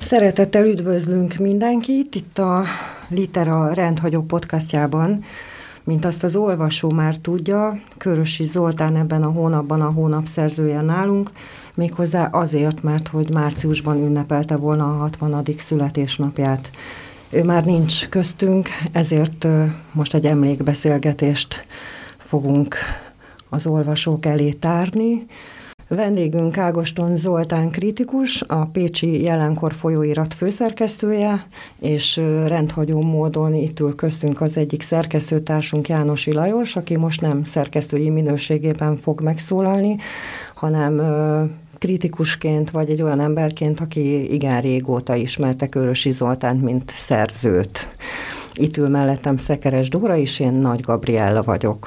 Szeretettel üdvözlünk mindenkit itt a Litera rendhagyó podcastjában. Mint azt az olvasó már tudja, Körösi Zoltán ebben a hónapban a hónap szerzője nálunk, méghozzá azért, mert hogy márciusban ünnepelte volna a 60. születésnapját. Ő már nincs köztünk, ezért most egy emlékbeszélgetést fogunk az olvasók elé tárni. Vendégünk Ágoston Zoltán kritikus, a Pécsi Jelenkor folyóirat főszerkesztője, és rendhagyó módon itt ül köztünk az egyik szerkesztőtársunk, Jánosi Lajos, aki most nem szerkesztői minőségében fog megszólalni, hanem kritikusként, vagy egy olyan emberként, aki igen régóta ismerte Körösi Zoltánt, mint szerzőt. Itt ül mellettem Szekeres Dóra, és én Nagy Gabriella vagyok.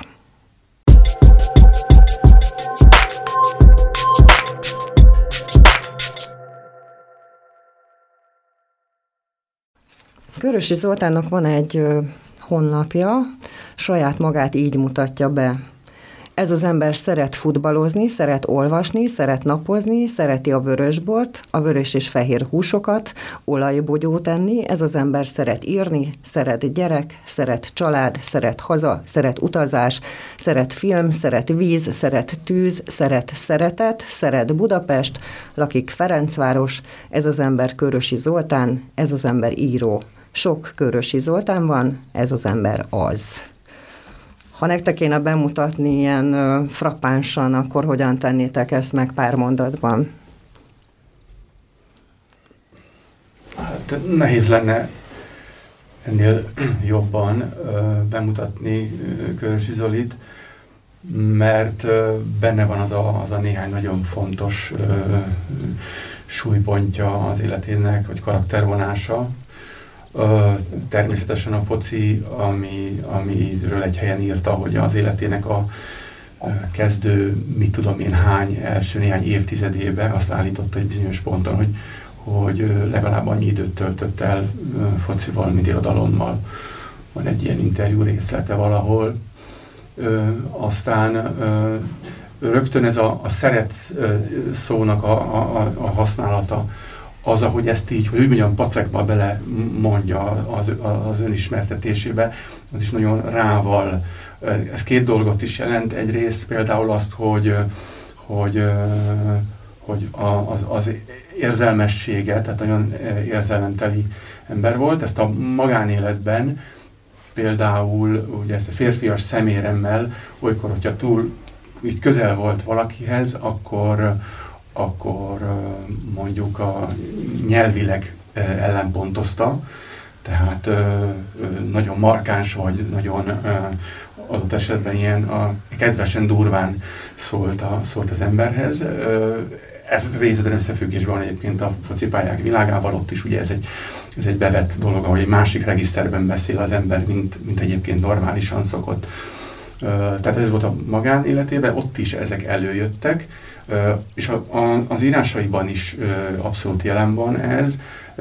Körösi Zoltánnak van egy honlapja, saját magát így mutatja be. Ez az ember szeret futballozni, szeret olvasni, szeret napozni, szereti a vörösbort, a vörös és fehér húsokat, olajbogyót enni. Ez az ember szeret írni, szeret gyerek, szeret család, szeret haza, szeret utazás, szeret film, szeret víz, szeret tűz, szeret szeretet, szeret Budapest, lakik Ferencváros. Ez az ember Körösi Zoltán, ez az ember író. Sok Körösi Zoltán van, ez az ember az. Ha nektek kéne bemutatni ilyen frappánsan, akkor hogyan tennétek ezt meg pár mondatban? Hát nehéz lenne ennél jobban bemutatni Körösi Zolit, mert benne van az a néhány nagyon fontos súlypontja az életének, vagy karaktervonása. Természetesen a foci, amiről egy helyen írta, hogy az életének a kezdő, mit tudom én első néhány évtizedébe azt állította egy bizonyos ponton, hogy legalább annyi időt töltött el focival, mint irodalommal. Van egy ilyen interjú részlete valahol. Aztán rögtön ez a szeret szónak a használata, az, ahogy ezt így, hogy úgy mondjam, pacekba bele mondja az önismertetésébe, az is nagyon rával. Ez két dolgot is jelent. Egyrészt például azt, hogy az érzelmessége, tehát nagyon érzelemteli ember volt. Ezt a magánéletben például ugye ezt a férfias szeméremmel, olykor, hogyha túl így közel volt valakihez, akkor mondjuk a nyelvileg ellenpontozta, tehát nagyon markáns vagy nagyon adott esetben ilyen kedvesen durván szólt az emberhez. Ez részben összefüggésben van egyébként a focipályák világával, ott is ugye ez egy bevett dolog, ahogy egy másik regiszterben beszél az ember, mint egyébként normálisan szokott. Tehát ez volt a magánéletében, ott is ezek előjöttek, és az írásaiban is abszolút jelen van ez,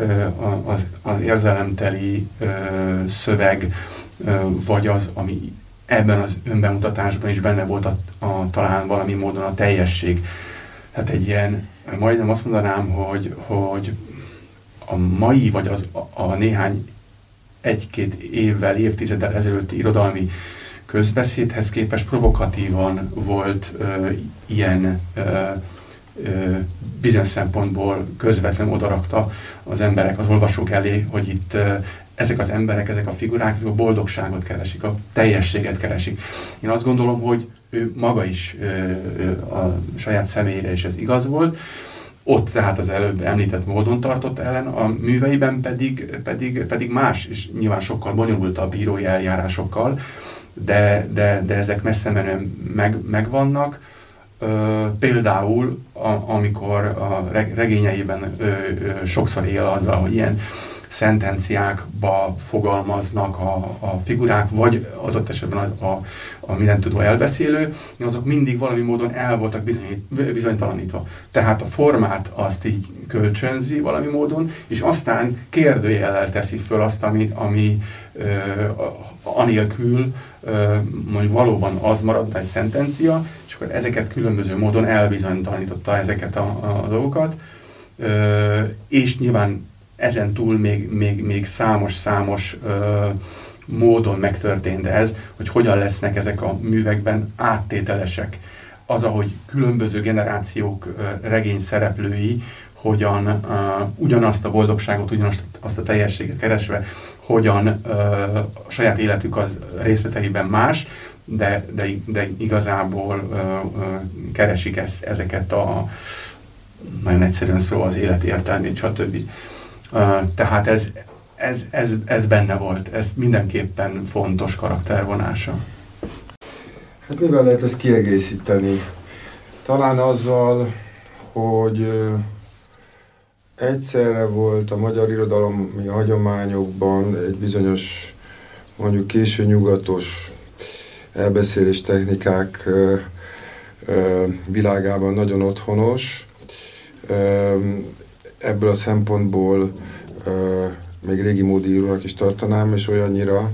az érzelemteli szöveg, vagy az, ami ebben az önbemutatásban is benne volt talán valami módon a teljesség. Tehát egy ilyen, majdnem azt mondanám, hogy a mai, vagy a néhány egy-két évvel, évtizeddel ezelőtti irodalmi közbeszédhez képest provokatívan volt ilyen bizonyos szempontból közvetlen odarakta az emberek, az olvasók elé, hogy itt ezek az emberek, ezek a figurák, ezek a boldogságot keresik, a teljességet keresik. Én azt gondolom, hogy ő maga is a saját személyére is ez igaz volt, ott tehát az előbb említett módon tartott ellen, a műveiben pedig más, és nyilván sokkal bonyolultabb írói eljárásokkal, de ezek messze menően megvannak. Például, amikor a regényeiben sokszor él azzal, hogy ilyen szentenciákba fogalmaznak a figurák, vagy adott esetben a mindentudó elbeszélő, azok mindig valami módon el voltak bizonytalanítva. Tehát a formát azt így kölcsönzi valami módon, és aztán kérdőjellel teszi föl azt, ami anélkül mondjuk valóban az marad egy szentencia, és akkor ezeket különböző módon elbizonytalanította ezeket a dolgokat, és nyilván ezen túl még számos módon megtörtént ez, hogy hogyan lesznek ezek a művekben áttételesek. Az, ahogy különböző generációk regény szereplői hogyan ugyanazt a boldogságot, ugyanazt a teljességet keresve, hogyan a saját életük az részleteiben más, de igazából keresik ezeket a nagyon egyszerűen szólva az élet értelmét, stb. Tehát ez benne volt, ez mindenképpen fontos karaktervonása. Hát mivel lehet ezt kiegészíteni? Talán azzal, hogy egyszerre volt a magyar irodalmi hagyományokban egy bizonyos, mondjuk késő nyugatos elbeszélés technikák világában nagyon otthonos. Ebből a szempontból még régi módi írónak is tartanám, és olyannyira,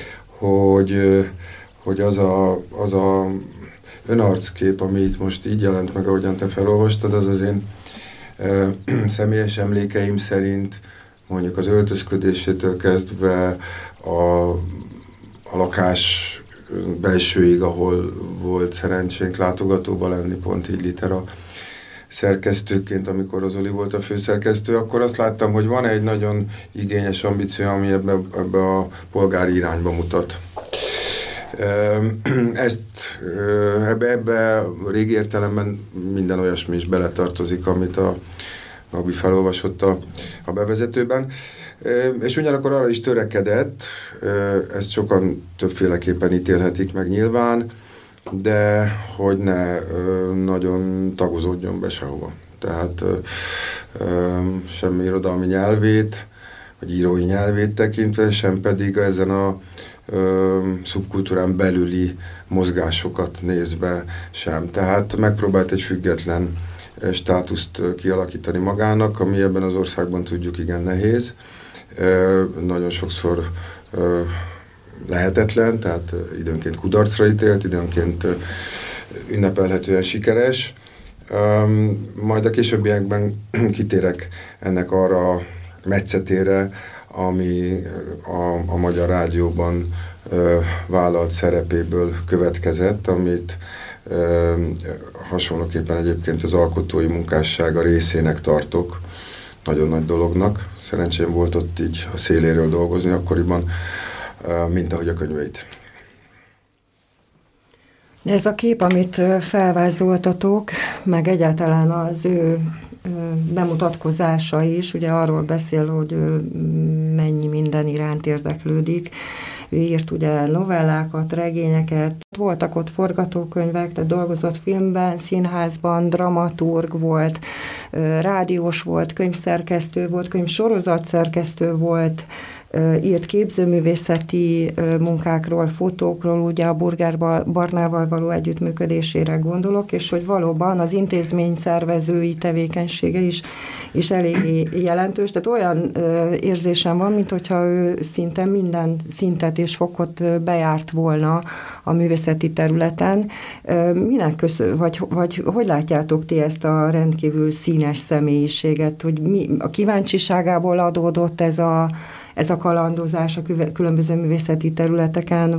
hogy az a önarckép, ami itt most így jelent meg, ahogyan te felolvastad, az én személyes emlékeim szerint mondjuk az öltözködésétől kezdve a lakás belsőig, ahol volt szerencsénk látogatóba lenni, pont így Litera szerkesztőként, amikor az Oli volt a főszerkesztő, akkor azt láttam, hogy van egy nagyon igényes ambíció, ami ebbe a polgári irányba mutat. Ebbe régi értelemben minden olyasmi is beletartozik, amit a Gabi felolvasott a bevezetőben. És ugyanakkor arra is törekedett, ezt sokan többféleképpen ítélhetik meg nyilván, de hogy ne nagyon tagozódjon be sehova. Tehát sem irodalmi nyelvét, vagy írói nyelvét tekintve, sem pedig ezen a szubkultúrán belüli mozgásokat nézve sem. Tehát megpróbált egy független státuszt kialakítani magának, ami ebben az országban tudjuk igen nehéz. Nagyon sokszor lehetetlen, tehát időnként kudarcra ítélt, időnként ünnepelhetően sikeres. Majd a későbbiekben kitérek ennek arra a metszetére, ami a Magyar Rádióban vállalt szerepéből következett, amit hasonlóképpen egyébként az alkotói munkássága részének tartok, nagyon nagy dolognak. Szerencsém volt ott így a széléről dolgozni akkoriban, mint ahogy a könyveit. Ez a kép, amit felvázoltatok, meg egyáltalán az ő bemutatkozása is, ugye arról beszél, hogy ő mennyi minden iránt érdeklődik. Ő írt ugye novellákat, regényeket, voltak ott forgatókönyvek, tehát dolgozott filmben, színházban, dramaturg volt, rádiós volt, könyvszerkesztő volt, könyvsorozatszerkesztő volt, írt képzőművészeti munkákról, fotókról, ugye a Burger Barnával való együttműködésére gondolok, és hogy valóban az intézmény szervezői tevékenysége is elég jelentős. Tehát olyan érzésem van, mintha ő szinte minden szintet és fokot bejárt volna a művészeti területen. Minek vagy hogy látjátok ti ezt a rendkívül színes személyiséget, hogy a kíváncsiságából adódott ez a kalandozás a különböző művészeti területeken,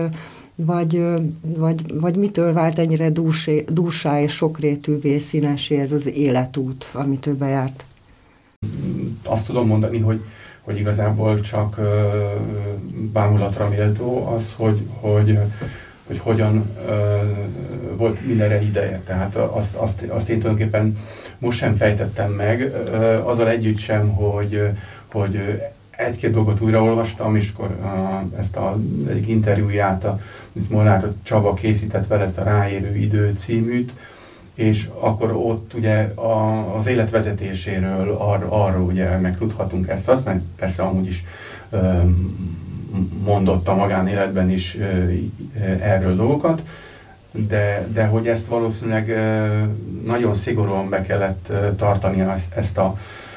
vagy mitől vált ennyire dúsá és sokrétűvé, színesé ez az életút, amit ő bejárt? Azt tudom mondani, hogy igazából csak bámulatra méltó az, hogy hogyan volt mindenre ideje. Tehát azt én tulajdonképpen most sem fejtettem meg, azzal együtt sem, hogy egy-két dolgot újraolvastam, és akkor ezt egyik interjúját, amit Molnár Csaba készített vele, ezt a Ráérő idő címűt, és akkor ott ugye az életvezetéséről, arról ugye megtudhatunk ezt, mert persze amúgy is mondott a magánéletben is erről dolgokat, de hogy ezt valószínűleg nagyon szigorúan be kellett tartani ezt a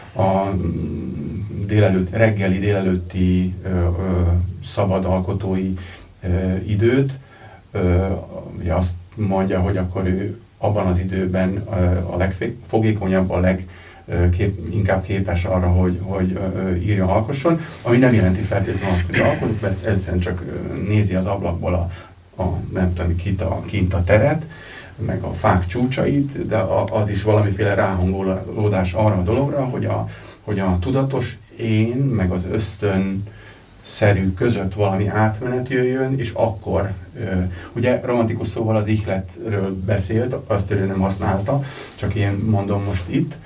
reggeli, délelőtti szabad alkotói időt. Ugye azt mondja, hogy akkor ő abban az időben a legfogékonyabb, a inkább képes arra, hogy írja, alkosson, ami nem jelenti feltétlenül azt, hogy alkot, mert egyszerűen csak nézi az ablakból nem tudom, kint a teret, meg a fák csúcsait, de az is valamiféle ráhangolódás arra a dologra, hogy a tudatos én, meg az ösztönszerű között valami átmenet jöjjön, és akkor, ugye romantikus szóval az ihletről beszélt, azt ő nem használta, csak én mondom most itt,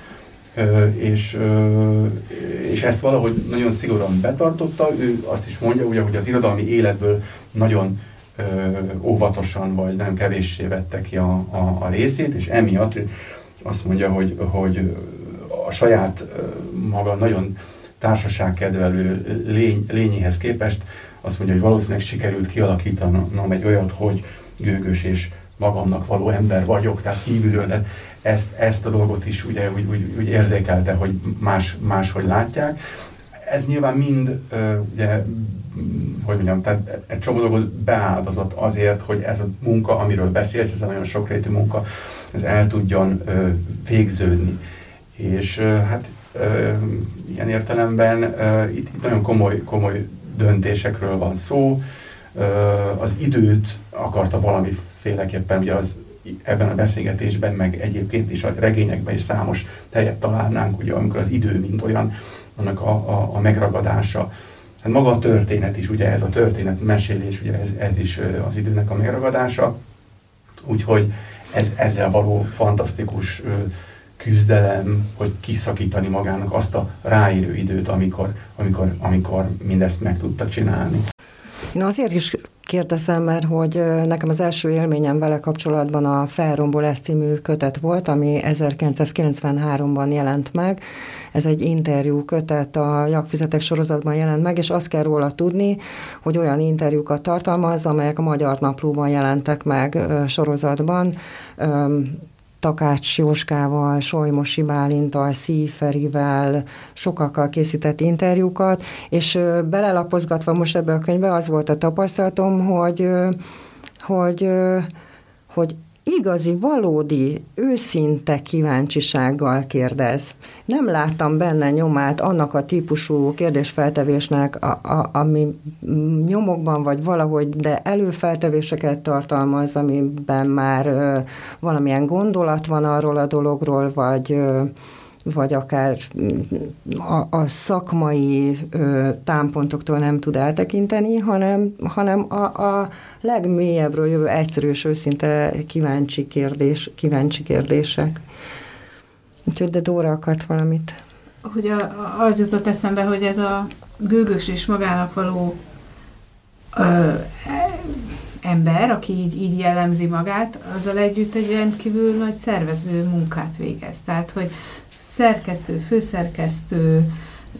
és ezt valahogy nagyon szigorúan betartotta, ő azt is mondja, ugye, hogy az irodalmi életből nagyon óvatosan, vagy nem kevéssé vette ki a részét, és emiatt azt mondja, hogy a saját maga nagyon társaságkedvelő lényéhez képest azt mondja, hogy valószínűleg sikerült kialakítanom egy olyat, hogy gőgös és magamnak való ember vagyok, tehát kívülről, de ezt a dolgot is ugye úgy érzékelte, hogy máshogy látják. Ez nyilván mind, ugye, hogy mondjam, tehát egy csomó dolgot beáldozott azért, hogy ez a munka, amiről beszélsz, ez a nagyon sokrétű munka, ez el tudjon végződni. És hát ilyen értelemben itt nagyon komoly döntésekről van szó. Az időt akarta valamiféleképpen, ugye ebben a beszélgetésben, meg egyébként is a regényekben is számos helyet találnánk, ugye, amikor az idő mint olyan, annak a megragadása. Hát maga a történet is, ugye ez a történetmesélés, ugye ez is az időnek a megragadása. Úgyhogy ezzel való fantasztikus küzdelem, hogy kiszakítani magának azt a ráérő időt, amikor mindezt meg tudta csinálni. Én azért is kérdezem, mert hogy nekem az első élményem vele kapcsolatban a Felrombolás című kötet volt, ami 1993-ban jelent meg. Ez egy interjú kötet, a Jakfizetek sorozatban jelent meg, és azt kell róla tudni, hogy olyan interjúkat tartalmaz, amelyek a Magyar Naplóban jelentek meg sorozatban. Takács Jóskával, Solymosi Bálinttal, Szíferivel, sokakkal készített interjúkat, és belelapozgatva most ebbe a könyvbe az volt a tapasztalatom, hogy igazi, valódi, őszinte kíváncsisággal kérdez. Nem láttam benne nyomát annak a típusú kérdésfeltevésnek, ami nyomokban vagy valahogy, de előfeltevéseket tartalmaz, amiben már valamilyen gondolat van arról a dologról, vagy akár a szakmai támpontoktól nem tud eltekinteni, hanem a legmélyebbről jövő egyszerű és őszinte kíváncsi kérdések. Úgyhogy de Dóra akart valamit. Hogy az jutott eszembe, hogy ez a gőgös és magának való ember, aki így jellemzi magát, azzal együtt egy rendkívül nagy szervező munkát végez. Tehát, hogy szerkesztő, főszerkesztő,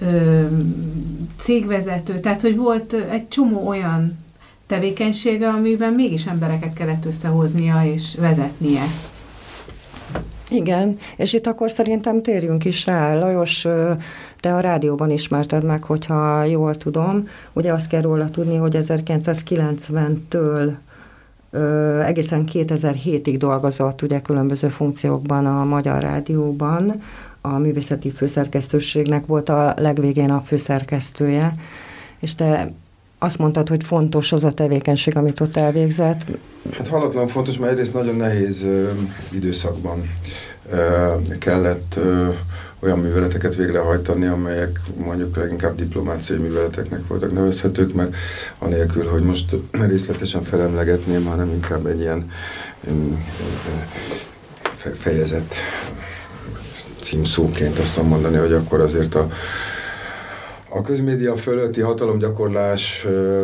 cégvezető, tehát, hogy volt egy csomó olyan tevékenysége, amiben mégis embereket kellett összehoznia és vezetnie. Igen, és itt akkor szerintem térjünk is rá. Lajos, te a rádióban ismerted meg, hogyha jól tudom. Ugye azt kell róla tudni, hogy 1990-től egészen 2007-ig dolgozott ugye különböző funkciókban a Magyar Rádióban. A művészeti főszerkesztőségnek volt a legvégén a főszerkesztője, és te azt mondtad, hogy fontos az a tevékenység, amit ott elvégzett. Hát hallatlan fontos, mert egyrészt nagyon nehéz időszakban kellett olyan műveleteket végrehajtani, amelyek mondjuk leginkább diplomáciai műveleteknek voltak nevezhetők, mert anélkül, hogy most részletesen felemlegetném, hanem inkább egy ilyen fejezet címszóként azt tudom mondani, hogy akkor azért a közmédia fölötti hatalomgyakorlás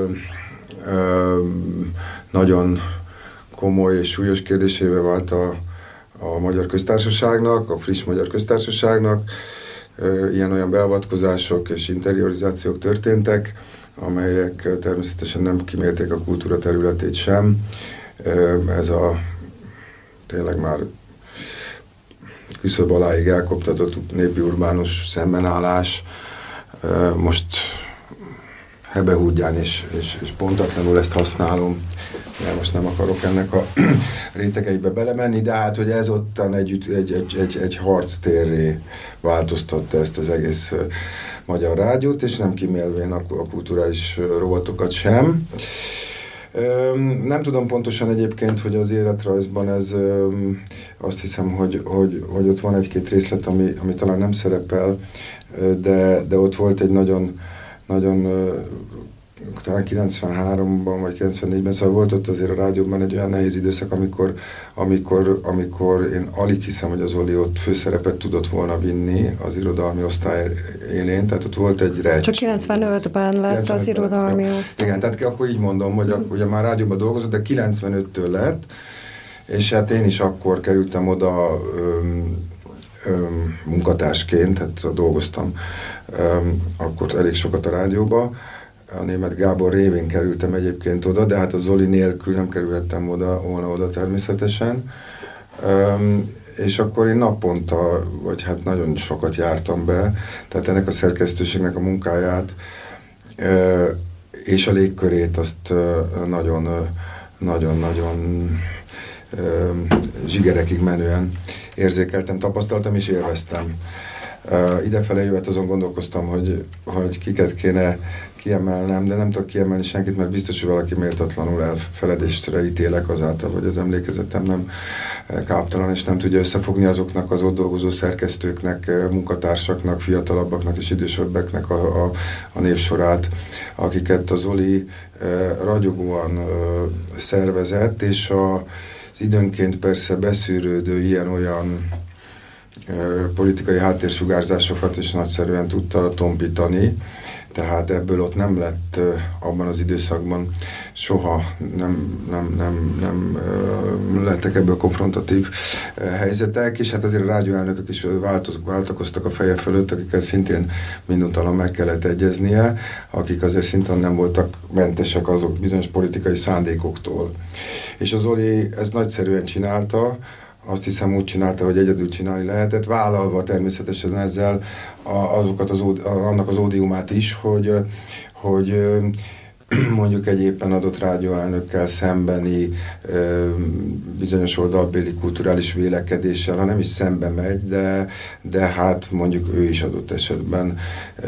nagyon komoly és súlyos kérdésévé vált a Magyar Köztársaságnak, a friss Magyar Köztársaságnak. Ilyen-olyan beavatkozások és interiorizációk történtek, amelyek természetesen nem kímélték a kultúra területét sem. Ez a tényleg már küszöb aláig elkoptatott népi urbánus szembenállás most hebehúrgyán és pontatlanul ezt használom, de most nem akarok ennek a rétegeibe belemenni, de hát, hogy ez ottan egy harctérré változtatta ezt az egész magyar rádiót, és nem kimélvén a kulturális rovatokat sem. Nem tudom pontosan egyébként, hogy az életrajzban ez, azt hiszem, hogy ott van egy-két részlet, ami talán nem szerepel, de ott volt egy nagyon talán 93-ban vagy 94-ben, szóval volt ott azért a rádióban egy olyan nehéz időszak, amikor én alig hiszem, hogy az Zoli ott főszerepet tudott volna vinni az irodalmi osztály élén, tehát ott volt egy recs. Csak 95-ben lett az irodalmi osztály. Igen, tehát akkor így mondom, hogy ugye már rádióban dolgozott, de 95-től lett, és hát én is akkor kerültem oda munkatársként, hát dolgoztam akkor elég sokat a rádióba. A Németh Gábor révén kerültem egyébként oda, de hát a Zoli nélkül nem kerülhettem volna oda természetesen. És akkor én naponta, vagy hát nagyon sokat jártam be, tehát ennek a szerkesztőségnek a munkáját és a légkörét azt nagyon zsigerekig menően érzékeltem, tapasztaltam és élveztem. Idefele jövet azon gondolkoztam, hogy kiket kéne kiemelnem, de nem tudok kiemelni senkit, mert biztos, hogy valaki méltatlanul elfeledésre ítélek azáltal, hogy az emlékezetem nem káptalan, és nem tudja összefogni azoknak az ott dolgozó szerkesztőknek, munkatársaknak, fiatalabbaknak és idősebbeknek a névsorát, akiket az Zoli ragyogóan szervezett, és az időnként persze beszűrődő ilyen-olyan politikai háttérsugárzásokat is nagyszerűen tudta tompítani, tehát ebből ott nem lett abban az időszakban soha nem lettek ebből konfrontatív helyzetek, és hát azért a rádióelnökök is váltakoztak a feje fölött, akikkel szintén minduntalan meg kellett egyeznie, akik azért szintén nem voltak mentesek azok bizonyos politikai szándékoktól. És az Zoli ezt nagyszerűen csinálta, azt hiszem úgy csinálta, hogy egyedül csinálni lehetett, vállalva természetesen ezzel annak az ódiumát is, hogy mondjuk egy éppen adott rádióelnökkel szembeni bizonyos oldalbéli kulturális vélekedéssel, ha nem is szembe megy, de hát mondjuk ő is adott esetben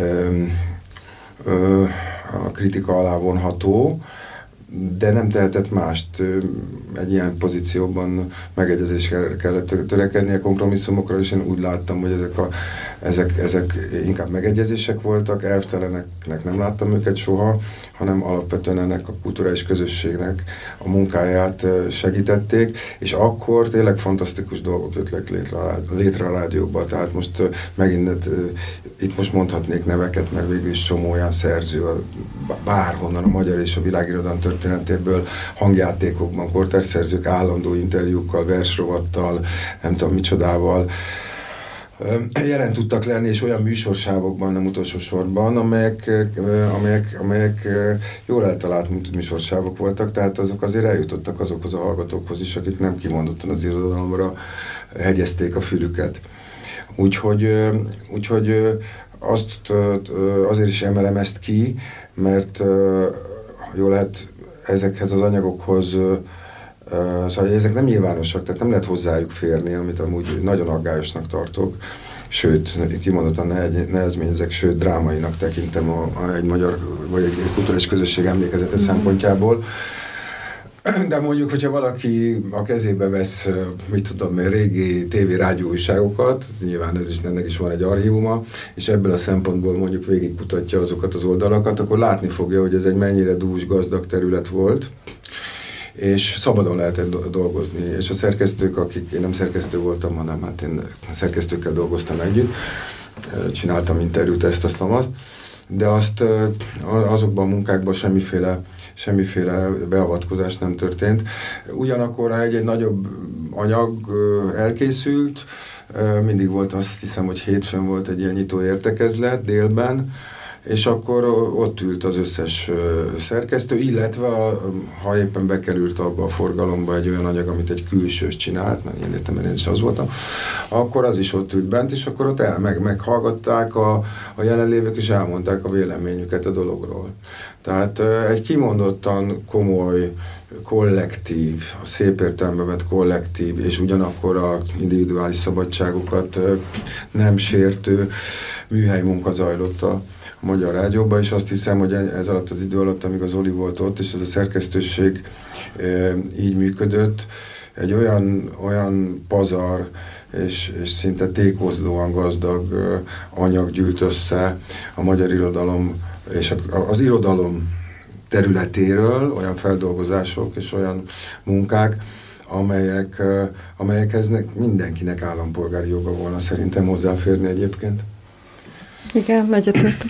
a kritika alá vonható, de nem tehetett mást, egy ilyen pozícióban megegyezésre kellett törekednie, kompromisszumokra, és én úgy láttam, hogy ezek inkább megegyezések voltak, elvteleneknek nem láttam őket soha, hanem alapvetően ennek a kulturális közösségnek a munkáját segítették, és akkor tényleg fantasztikus dolgok jöttek létre a rádióban, tehát most megint itt most mondhatnék neveket, mert végül is csomó olyan szerző, bárhonnan a magyar és a világirodalom történetéből, hangjátékokban, kortársszerzők állandó interjúkkal, versrovattal, nem tudom micsodával jelen tudtak lenni, és olyan műsorsávokban, nem utolsó sorban, amelyek jól eltalált műsorsávok voltak, tehát azok azért eljutottak azokhoz a hallgatókhoz is, akik nem kimondottan az irodalomra hegyezték a fülüket. Úgyhogy azért is emelem ezt ki, mert jól lehet ezekhez az anyagokhoz, szóval ezek nem nyilvánosak, tehát nem lehet hozzájuk férni, amit amúgy nagyon aggályosnak tartok, sőt, kimondottan nehezményezek, sőt, drámainak tekintem egy magyar, vagy egy kulturális közösség emlékezete szempontjából. De mondjuk, hogyha valaki a kezébe vesz, mit tudom, régi tévé-rádió újságokat, nyilván ennek is van egy archívuma, és ebből a szempontból mondjuk végigkutatja azokat az oldalakat, akkor látni fogja, hogy ez egy mennyire dús, gazdag terület volt, és szabadon lehetett dolgozni. És a szerkesztők, én nem szerkesztő voltam, hanem hát én szerkesztőkkel dolgoztam együtt, csináltam interjút, azt, de azokban a munkákban semmiféle beavatkozás nem történt. Ugyanakkor egy nagyobb anyag elkészült, mindig volt, azt hiszem, hogy hétfőn volt egy ilyen nyitó értekezlet délben, és akkor ott ült az összes szerkesztő, illetve ha éppen bekerült abba a forgalomba egy olyan anyag, amit egy külsős csinált, mert én értem, én is az voltam, akkor az is ott ült bent, és akkor ott meghallgatták a jelenlévők, és elmondták a véleményüket a dologról. Tehát egy kimondottan komoly, kollektív, a szép értelemben vett kollektív, és ugyanakkor a individuális szabadságokat nem sértő műhely munka zajlott a Magyar Rádióban, és azt hiszem, hogy ez alatt az idő alatt, amíg az Oli volt ott, és ez a szerkesztőség így működött, egy olyan pazar és szinte tékozlóan gazdag anyag gyűlt össze a magyar irodalom és az irodalom területéről, olyan feldolgozások és olyan munkák, amelyekhez mindenkinek állampolgári joga volna szerintem hozzáférni egyébként. Igen, egyetértek.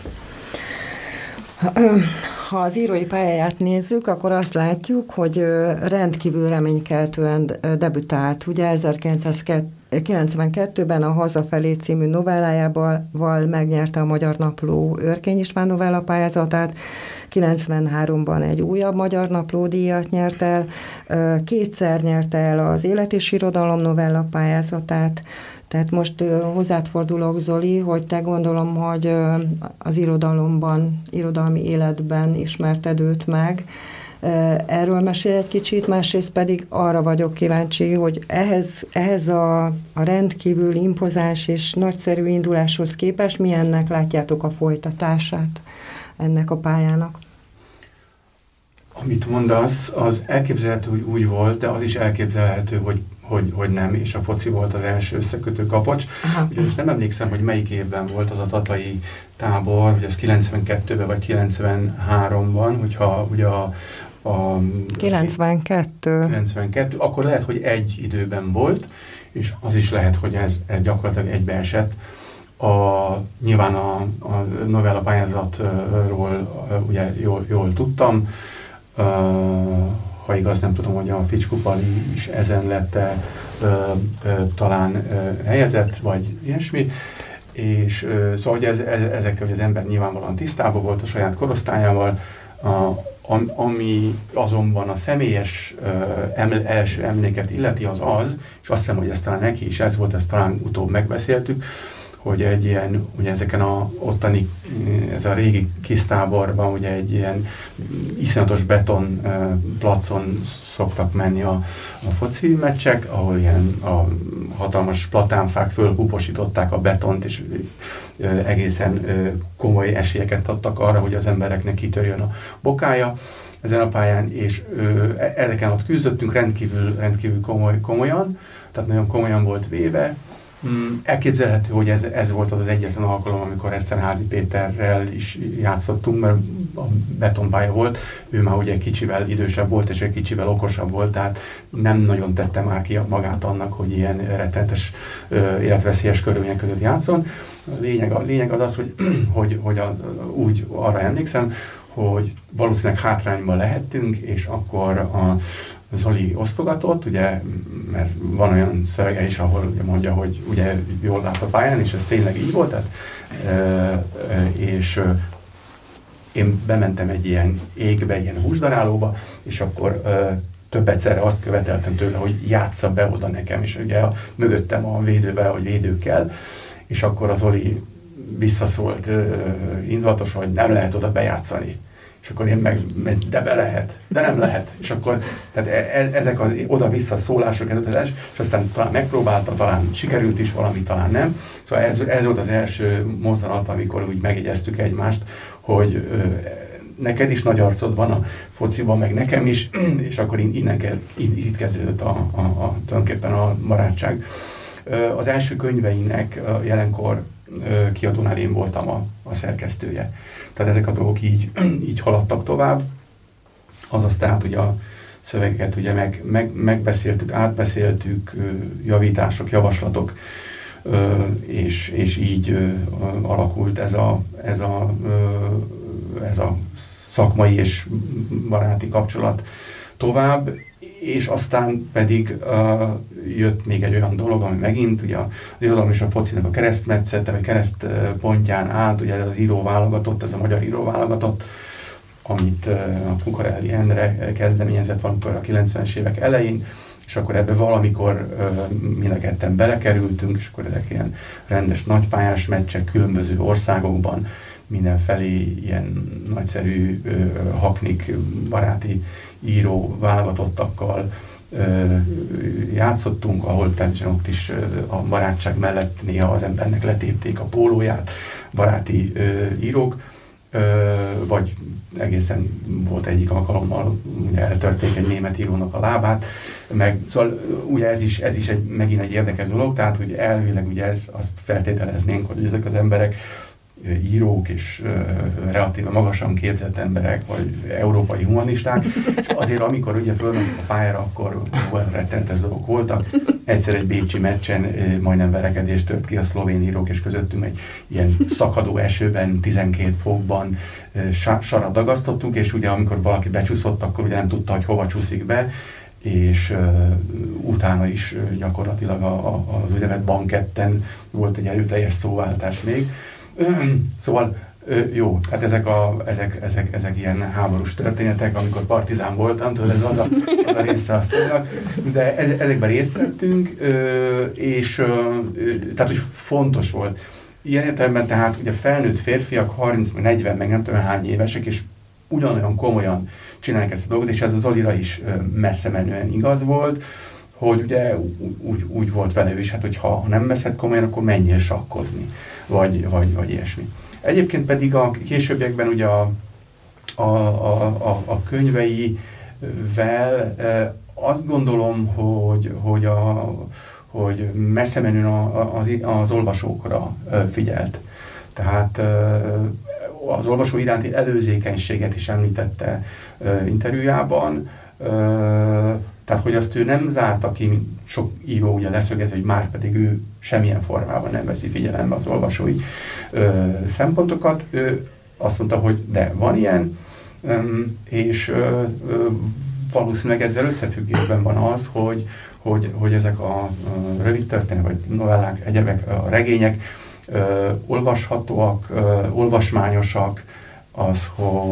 Ha az írói pályáját nézzük, akkor azt látjuk, hogy rendkívül reménykeltően debütált. Ugye 1992-ben a Hazafelé című novellájával megnyerte a Magyar Napló Örkény István novella pályázatát, 93-ban egy újabb Magyar Napló díjat nyert el, kétszer nyerte el az Élet és Irodalom novella pályázatát. Tehát most hozzád fordulok, Zoli, hogy te gondolom, hogy az irodalmi életben ismerted őt meg. Erről mesélj egy kicsit, másrészt pedig arra vagyok kíváncsi, hogy ehhez a rendkívül impozáns és nagyszerű induláshoz képest milyennek látjátok a folytatását ennek a pályának? Amit mondasz, az elképzelhető, hogy úgy volt, de az is elképzelhető, hogy nem, és a foci volt az első összekötő kapocs. Ugyanis nem emlékszem, hogy melyik évben volt az a tatai tábor, hogy ez 92-ben vagy 93-ban, hogyha ugye a 92, akkor lehet, hogy egy időben volt, és az is lehet, hogy ez gyakorlatilag egybeesett. Nyilván a novella pályázatról ugye jól tudtam, ha igaz, nem tudom, hogy a Ficskó Pali is ezen lett talán helyezett, vagy ilyesmi, és szóval, hogy ezekkel hogy az ember nyilvánvalóan tisztában volt a saját korosztályával, ami azonban a személyes első emléket illeti az, és azt hiszem, hogy ez talán neki is ez volt, ezt talán utóbb megbeszéltük, hogy egy ilyen, ugye ezeken ottani, ez a régi kisztáborban, ugye egy ilyen iszonyatos beton placon szoktak menni a foci meccsek, ahol ilyen a hatalmas platánfák fölpuposították a betont, és egészen komoly esélyeket adtak arra, hogy az embereknek kitörjön a bokája ezen a pályán, és ezeken ott küzdöttünk rendkívül komolyan, tehát nagyon komolyan volt véve. Elképzelhető, hogy ez volt az egyetlen alkalom, amikor Eszterházy Péterrel is játszottunk, mert a betonpálya volt, ő már ugye kicsivel idősebb volt, és egy kicsivel okosabb volt, tehát nem nagyon tette már ki magát annak, hogy ilyen rettenetes, életveszélyes körülmények között játszon. A lényeg az, hogy úgy arra emlékszem, hogy valószínűleg hátrányban lehettünk, és akkor Zoli osztogatott, ugye, mert van olyan szövege is, ahol ugye mondja, hogy ugye jól lát a pályán, és ez tényleg így volt, tehát, és én bementem egy ilyen égbe, ilyen húsdarálóba, és akkor több egyszerre azt követeltem tőle, hogy játsza be oda nekem, és ugye mögöttem a védővel, hogy védőkkel, és akkor az Zoli visszaszólt indulatosan, hogy nem lehet oda bejátszani. És akkor én de be lehet, de nem lehet. És akkor tehát ezek az oda-vissza szólások, és aztán talán megpróbálta, talán sikerült is valami, talán nem. Szóval ez volt az első mozzanat, amikor úgy megjegyeztük egymást, hogy neked is nagy arcod van a fociban, meg nekem is, és akkor itt kezdődött tulajdonképpen a barátság. Az első könyveinek jelenkor kiadónál én voltam a szerkesztője. Tehát ezek a dolgok így haladtak tovább. Azaz tehát ugye a szövegeket ugye megbeszéltük, átbeszéltük, javítások, javaslatok, és így alakult ez a szakmai és baráti kapcsolat tovább, és aztán pedig jött még egy olyan dolog, ami megint ugye az irodalom és a focinak a keresztmetszete, vagy keresztpontján állt, ugye ez az íróválogatott, ez a magyar íróválogatott, amit a Cucarelli Endre kezdeményezett valamikor a 90-es évek elején, és akkor ebbe valamikor mind a ketten belekerültünk, és akkor ezek ilyen rendes nagypályás meccsek különböző országokban, mindenfelé ilyen nagyszerű haknik baráti író válogatottakkal játszottunk, ahol természetesen ott is a barátság mellett néha az embernek letépték a pólóját baráti írók, vagy egészen volt egyik alkalommal, ugye eltörték egy német írónak a lábát, meg szóval ugye ez is megint egy érdekes dolog, tehát hogy elvileg ugye azt feltételeznénk, hogy ezek az emberek írók és relatíve magasan képzett emberek, vagy európai humanisták, és azért amikor ugye fölmentek a pályára, akkor olyan rettenetes dolgok voltak. Egyszer egy bécsi meccsen majdnem verekedés tört ki a szlovén írók, és közöttünk egy ilyen szakadó esőben, 12 fokban sarat dagasztottunk, és ugye amikor valaki becsúszott, akkor ugye nem tudta, hogy hova csúszik be, és utána is gyakorlatilag az úgynevezett banketten volt egy erőteljes szóváltás még. Szóval jó, hát ezek ilyen háborús történetek, amikor partizán voltam, tudod, ez az a része a sztorinak, de ezekben részt vettünk, és tehát, hogy fontos volt. Ilyen értelemben tehát ugye felnőtt férfiak, 30-40, meg nem tudom hány évesek, és ugyanolyan komolyan csinálják ezt a dolgot, és ez az Zolira is messze menően igaz volt, hogy ugye úgy volt vele ő is, hát hogyha nem veszed komolyan, akkor menjél sakkozni, vagy ilyesmi. Egyébként pedig a későbbiekben ugye a könyveivel azt gondolom, hogy messze menően az olvasókra figyelt. Tehát az olvasó iránti előzékenységet is említette interjújában, tehát, hogy azt ő nem zárta ki, mint sok író ugye leszögez, hogy már pedig ő semmilyen formában nem veszi figyelembe az olvasói szempontokat. Ő azt mondta, hogy de van ilyen, és valószínűleg ezzel összefüggésben van az, hogy ezek a rövid történetek, vagy novellák, egyebek, a regények olvashatóak, olvasmányosak, az,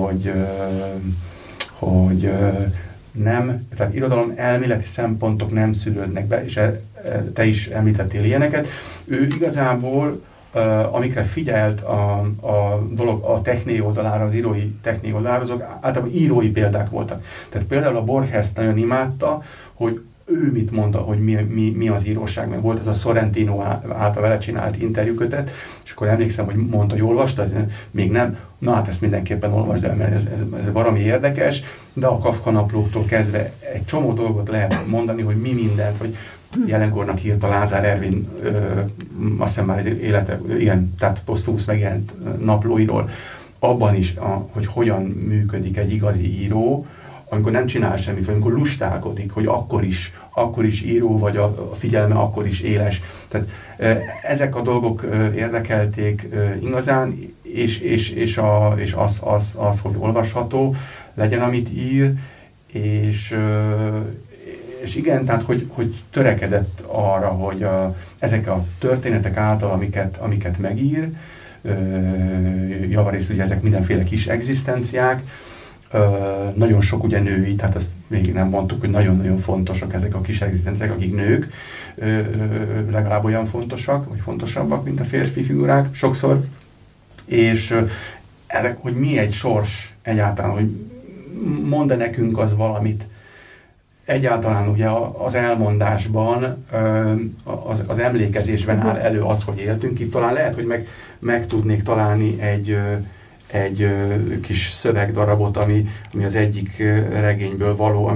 hogy nem, tehát irodalom elméleti szempontok nem szűrődnek be, és te is említettél ilyeneket. Ő igazából, amikre figyelt a dolog a technikai oldalára, az írói technikai oldalára, azok általában írói példák voltak. Tehát például a Borges-t nagyon imádta, hogy ő mit mondta, hogy mi az íróság, mert volt ez a Sorrentino által vele csinált interjúkötet, és akkor emlékszem, hogy mondta, hogy olvastad, még nem, na hát ezt mindenképpen olvasd el, mert ez valami érdekes, de a Kafka naplóktól kezdve egy csomó dolgot lehet mondani, hogy mi mindent, hogy jelenkornak írta Lázár Ervin, azt hiszem már az élete, igen, tehát posztumusz megjelent naplóiról, abban is, hogy hogyan működik egy igazi író, amikor nem csinál semmit, vagy amikor lustálkodik, hogy akkor is író, vagy a figyelme akkor is éles. Tehát ezek a dolgok érdekelték igazán, és az, hogy olvasható legyen, amit ír, és igen, tehát hogy törekedett arra, hogy ezek a történetek által, amiket megír, javarészt ugye ezek mindenféle kis egzisztenciák, nagyon sok ugye női, tehát azt még nem mondtuk, hogy nagyon-nagyon fontosak ezek a kis egzisztenciák, akik nők, legalább olyan fontosak, vagy fontosabbak, mint a férfi figurák sokszor, és ezek, hogy mi egy sors egyáltalán, hogy mond-e nekünk az valamit. Egyáltalán ugye az elmondásban, az emlékezésben áll elő az, hogy éltünk. Itt talán lehet, hogy meg tudnék találni egy kis szövegdarabot, ami az egyik regényből való,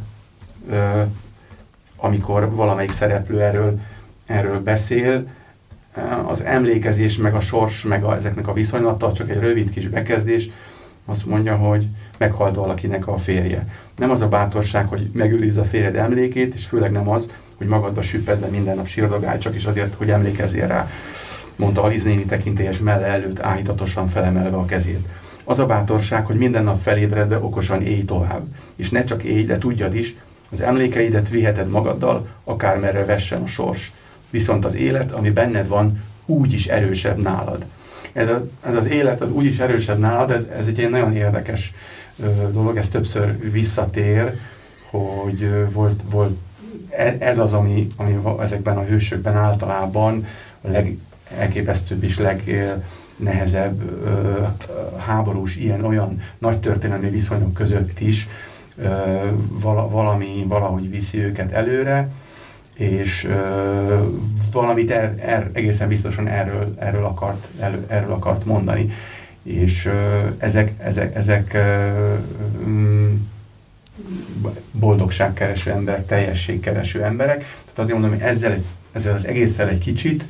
amikor valamelyik szereplő erről beszél. Az emlékezés, meg a sors, meg ezeknek a viszonylata, csak egy rövid kis bekezdés, azt mondja, hogy meghalt valakinek a férje. Nem az a bátorság, hogy megőrizz a férjed emlékét, és főleg nem az, hogy magadba süpped be minden nap sírdogálj, csak is azért, hogy emlékezzél rá, mondta Aliz néni tekintélyes melle előtt áhítatosan felemelve a kezét. Az a bátorság, hogy minden nap felébredve okosan élj tovább. És ne csak élj, de tudjad is, Az emlékeidet viheted magaddal, akármerre vessen a sors. Viszont az élet, ami benned van, úgyis erősebb nálad. Ez az élet, az úgyis erősebb nálad, ez egy ilyen nagyon érdekes dolog, ez többször visszatér, hogy volt ez az, ami ezekben a hősökben általában a legelképesztőbb és legnehezebb háborús, ilyen-olyan nagy történelmi viszonyok között is valahogy viszi őket előre, és valamit egészen biztosan erről akart mondani. És ezek boldogságkereső emberek, teljességkereső emberek. Tehát azért mondom, hogy ezzel az egésszel egy kicsit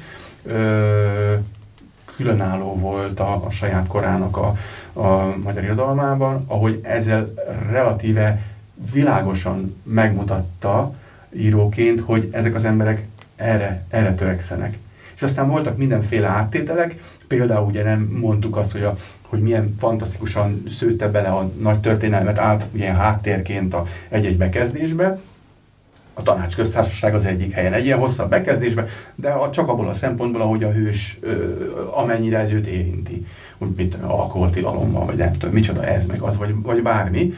különálló volt a saját korának a magyar irodalmában, ahogy ezzel relatíve világosan megmutatta íróként, hogy ezek az emberek erre törekszenek. És aztán voltak mindenféle áttételek, például ugye nem mondtuk azt, hogy milyen fantasztikusan szőtte bele a nagy történelmet át ilyen háttérként egy-egy bekezdésbe. A Tanácsköztársaság az egyik helyen egy ilyen hosszabb bekezdésbe, de csak abból a szempontból, ahogy a hős amennyire ez őt érinti. Úgy, mint alkoholtilalommal, vagy nem tudom, micsoda ez, meg az, vagy bármi.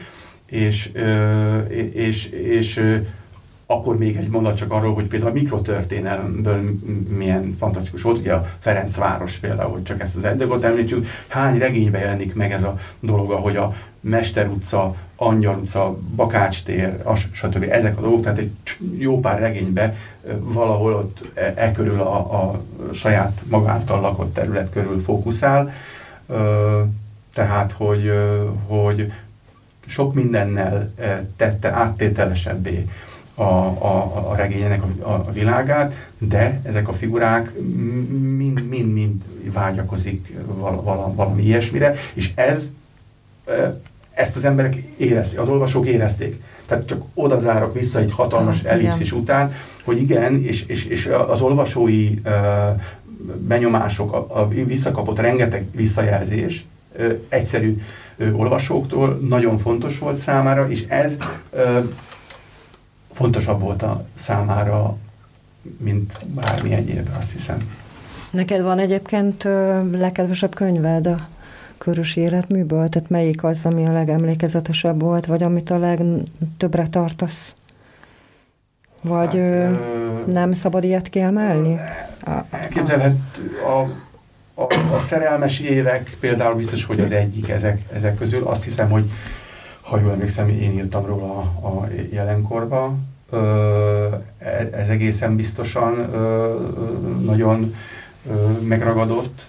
És akkor még egy mondat csak arról, hogy például a mikrotörténelmből milyen fantasztikus volt, ugye a Ferencváros például, hogy csak ezt az egy dolgot említsük, hány regényben jelenik meg ez a dolog, ahogy a Mester utca, Angyal utca, Bakács tér, stb. Ezek a dolgok, tehát egy jó pár regényben valahol ott körül a saját magától lakott terület körül fókuszál, tehát hogy sok mindennel tette áttételesebbé a regénynek a világát, de ezek a figurák mind vágyakozik valami ilyesmire, és ezt az emberek érezték, az olvasók érezték. Tehát csak oda zárok vissza egy hatalmas ellipszis után, hogy igen, és az olvasói benyomások, a visszakapott rengeteg visszajelzés egyszerű olvasóktól nagyon fontos volt számára, és ez fontosabb volt a számára, mint bármi egyéb, azt hiszem. Neked van egyébként legkedvesebb könyved a Kőrösi életműből? Tehát melyik az, ami a legemlékezetesebb volt, vagy amit a legtöbbre tartasz? Vagy nem szabad ilyet kiemelni? Elképzelhető. A szerelmes évek például biztos, hogy az egyik ezek közül. Azt hiszem, hogy ha jól emlékszem, én írtam róla a jelenkorba. Ez egészen biztosan nagyon megragadott,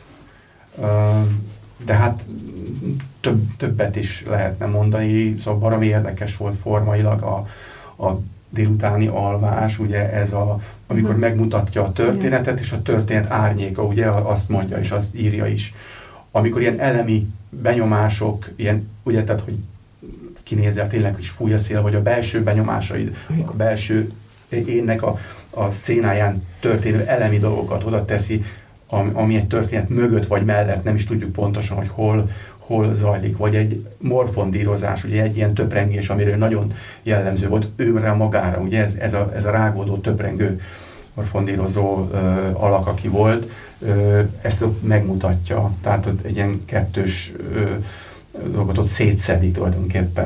de hát többet is lehetne mondani, szóval baromi érdekes volt formailag a délutáni alvás, ugye ez amikor megmutatja a történetet, és a történet árnyéka, ugye azt mondja, és azt írja is. Amikor ilyen elemi benyomások, ilyen, ugye, tehát, hogy kinézel tényleg, hogy fúj a szél, vagy a belső benyomásaid, a belső énnek a szcénáján történő elemi dolgokat oda teszi, ami egy történet mögött vagy mellett, nem is tudjuk pontosan, hogy hol zajlik, vagy egy morfondírozás, ugye egy ilyen töprengés, amiről nagyon jellemző volt őre magára, ugye ez a rágódó töprengő morfondírozó alak, aki volt, ezt ott megmutatja, tehát ott egy ilyen kettős dolgot ott szétszedi tulajdonképpen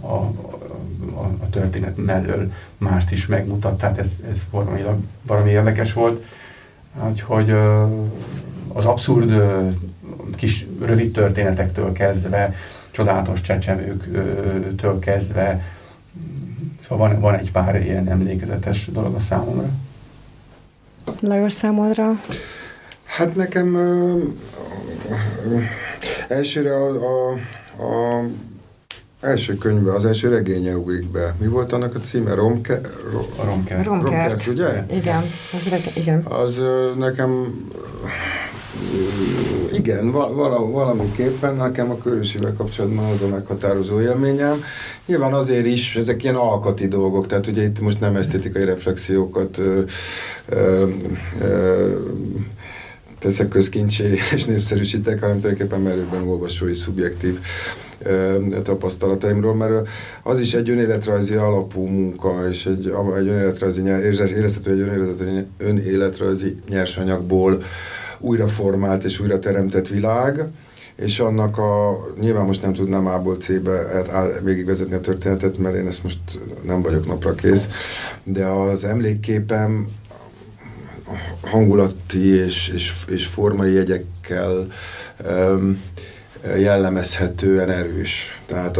a történet mellől mást is megmutat, tehát ez formailag valami érdekes volt. Úgyhogy az abszurd kis rövid történetektől kezdve, csodálatos csecsemőktől kezdve, szóval van egy pár ilyen emlékezetes dolog a számomra. Lajos, számodra? Hát nekem elsőre a első könyvbe, az első regénye ugrik be. Mi volt annak a címe? Romkert, ugye? Igen. Igen. Az nekem igen, valamiképpen nekem a Kőrösivel kapcsolatban az a meghatározó élményem. Nyilván azért is, ezek ilyen alkati dolgok, tehát ugye itt most nem esztétikai reflexiókat teszek közkincsé és népszerűsítek, hanem tulajdonképpen merőben olvasói, szubjektív tapasztalataimról, mert az is egy önéletrajzi alapú munka, és egy önéletrajzi önéletrajzi nyersanyagból újraformált és újra teremtett világ, és annak nyilván most nem tudnám A-ból C-be végigvezetni a történetet, mert én ezt most nem vagyok napra kész, de az emlékképem hangulati és formai jegyekkel jellemezhetően erős. Tehát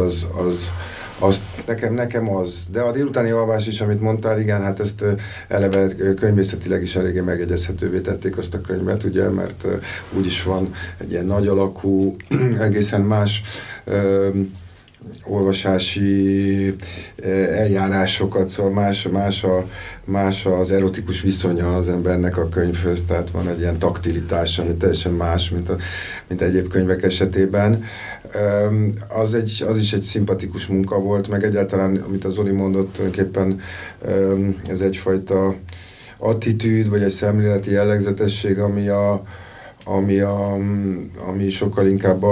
nekem az. De a délutáni alvás is, amit mondtál, igen, hát ezt eleve könyvészetileg is eléggé megjegyezhetővé tették azt a könyvet, ugye, mert úgyis van egy ilyen nagy alakú, egészen más olvasási eljárásokat, szóval más az erotikus viszonya az embernek a könyvhöz, tehát van egy ilyen taktilitás, ami teljesen más, mint egyéb könyvek esetében. Az is egy szimpatikus munka volt, meg egyáltalán, amit az Zoli mondott, tulajdonképpen ez egyfajta attitűd, vagy egy szemléleti jellegzetesség, ami sokkal inkább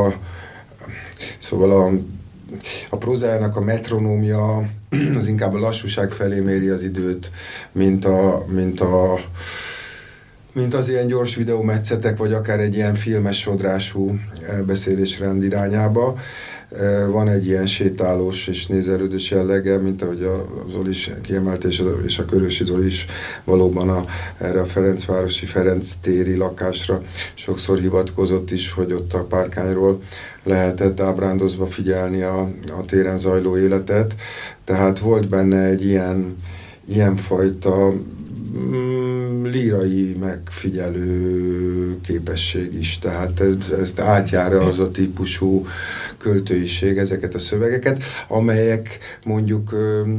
a prózájának a metronómia az inkább a lassúság felé méri az időt, mint az ilyen gyors videómetszetek, vagy akár egy ilyen filmes sodrású elbeszélésrend irányába. Van egy ilyen sétálós és nézelődős jellege, mint ahogy a Zoli is kiemelt, és a Körösi Zoli is valóban erre a Ferencvárosi Ferenc téri lakásra sokszor hivatkozott is, hogy ott a párkányról lehetett ábrándozva figyelni a téren zajló életet. Tehát volt benne egy ilyenfajta lírai megfigyelő képesség is, tehát ezt átjárja az a típusú költőiség, ezeket a szövegeket, amelyek mondjuk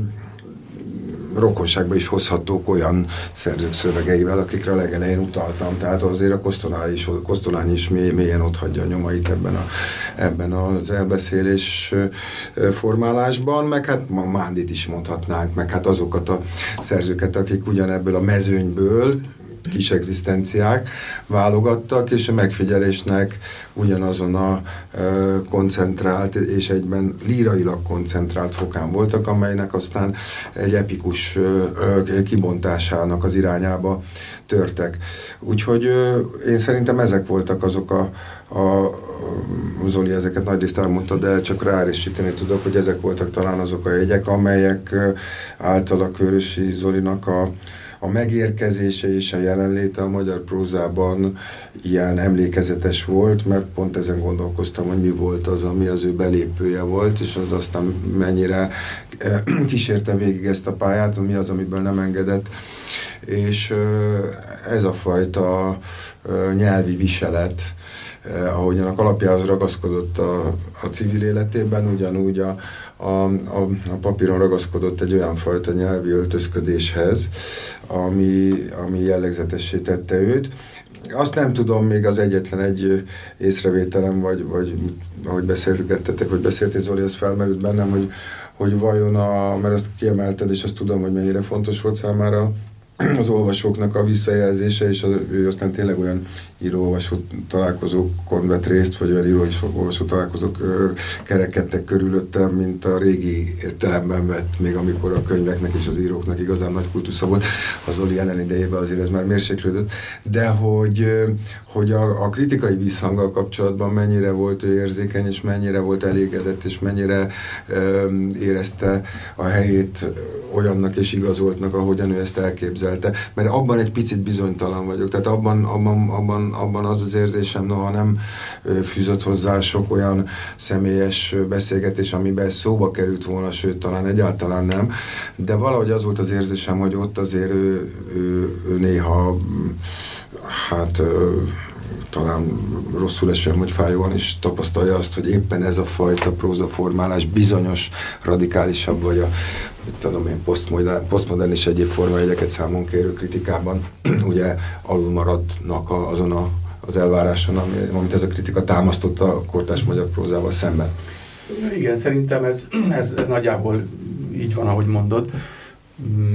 rokonságba is hozhatók olyan szerzők szövegeivel, akikre a legelején utaltam. Tehát azért a Kosztolányi is mélyen ott hagyja a nyomait ebben az elbeszélés formálásban, meg hát Mándit is mondhatnánk, meg hát azokat a szerzőket, akik ugyanebből a mezőnyből, kis egzisztenciák válogattak, és a megfigyelésnek ugyanazon a koncentrált és egyben lírailag koncentrált fokán voltak, amelynek aztán egy epikus kibontásának az irányába törtek. Úgyhogy én szerintem ezek voltak azok Zoli ezeket nagyrészt elmondta, de csak ráerősíteni tudok, hogy ezek voltak talán azok a jegyek, amelyek által a Körösi Zolinak a megérkezése és a jelenléte a magyar prózában ilyen emlékezetes volt, mert pont ezen gondolkoztam, hogy mi volt az, ami az ő belépője volt, és az aztán mennyire kísérte végig ezt a pályát, mi az, amiből nem engedett. És ez a fajta nyelvi viselet, ahogyan a kalapjához ragaszkodott a civil életében, ugyanúgy a papíron ragaszkodott egy olyan fajta nyelvi öltözködéshez, ami jellegzetessé tette őt. Azt nem tudom, még az egyetlen egy észrevételem, vagy ahogy beszélgettetek, hogy beszéltél Zoli, ez felmerült bennem, hogy vajon mert azt kiemelted, és azt tudom, hogy mennyire fontos volt számára az olvasóknak a visszajelzése, és ő aztán tényleg olyan író-olvasó találkozókon vett részt, vagy olyan író-olvasó találkozók kerekedtek körülöttem, mint a régi értelemben vett, még amikor a könyveknek és az íróknak igazán nagy kultusza volt. Az Zoli jelen idejében azért ez már mérséklődött, de hogy a kritikai visszhanggal kapcsolatban mennyire volt ő érzékeny, és mennyire volt elégedett, és mennyire érezte a helyét olyannak és igazoltnak, ahogyan ő ezt elképzelte. Mert abban egy picit bizonytalan vagyok. Tehát abban az érzésem, noha nem fűzött hozzá sok olyan személyes beszélgetés, amiben szóba került volna, sőt, talán egyáltalán nem. De valahogy az volt az érzésem, hogy ott azért ő néha talán rosszul esően, vagy fájóan is tapasztalja azt, hogy éppen ez a fajta prózaformálás bizonyos radikálisabb, vagy posztmodern és egyéb formajegyeket számon kérő kritikában ugye alul maradnak azon az elváráson, amit ez a kritika támasztotta a kortárs magyar prózával szemben. Igen, szerintem ez nagyjából így van, ahogy mondod.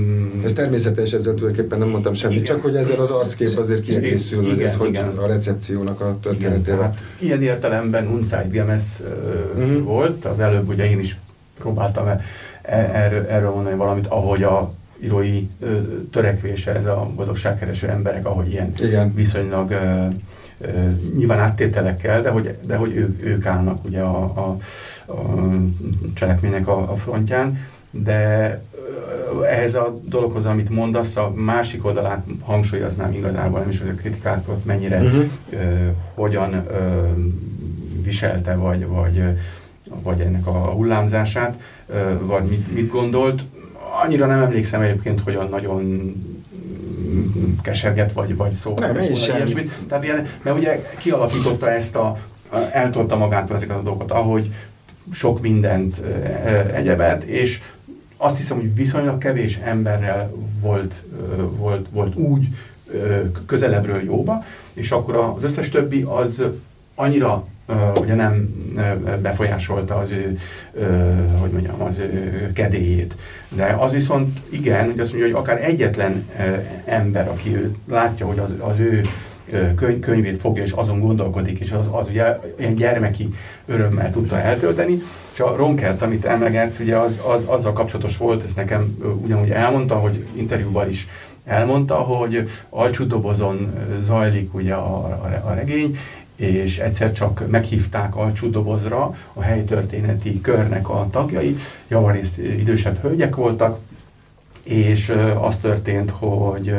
Ez természetes, ezzel tulajdonképpen nem mondtam semmit, csak hogy ezzel az arckép azért kiegészül, hogy ez hogy a recepciónak a történetével. Ilyen értelemben Unzeitgemäß volt, az előbb ugye én is próbáltam erről mondani valamit, ahogy a írói törekvése, ez a boldogságkereső emberek, ahogy ilyen viszonylag nyilván áttételekkel, de hogy ők állnak ugye a cselekménynek a frontján, de ehhez a dologhoz, amit mondasz, a másik oldalát hangsúlyoznám igazából, nem is, hogy a kritikákat mennyire hogyan viselte, vagy ennek a hullámzását, vagy mit gondolt. Annyira nem emlékszem egyébként, hogy olyan nagyon keserget, vagy szóval. Nem, ilyesmit. Tehát ilyen, mert ugye kialakította ezt eltolta magától ezeket a dolgokat, ahogy sok mindent egyebet, és azt hiszem, hogy viszonylag kevés emberrel volt úgy közelebbről jóba, és akkor az összes többi az annyira ugye nem befolyásolta az ő, hogy mondjam, az ő kedélyét. De az viszont igen, hogy azt mondja, hogy akár egyetlen ember, aki ő látja, hogy az ő könyvét fogja, és azon gondolkodik, és az ugye ilyen gyermeki örömmel tudta eltölteni. És a Ronkert, amit emlegetsz, ugye az azzal kapcsolatos volt, ezt nekem ugyanúgy elmondta, hogy interjúban is elmondta, hogy alcsúdobozon zajlik ugye a regény, és egyszer csak meghívták alcsúdobozra a helytörténeti körnek a tagjai, javarészt idősebb hölgyek voltak, és az történt, hogy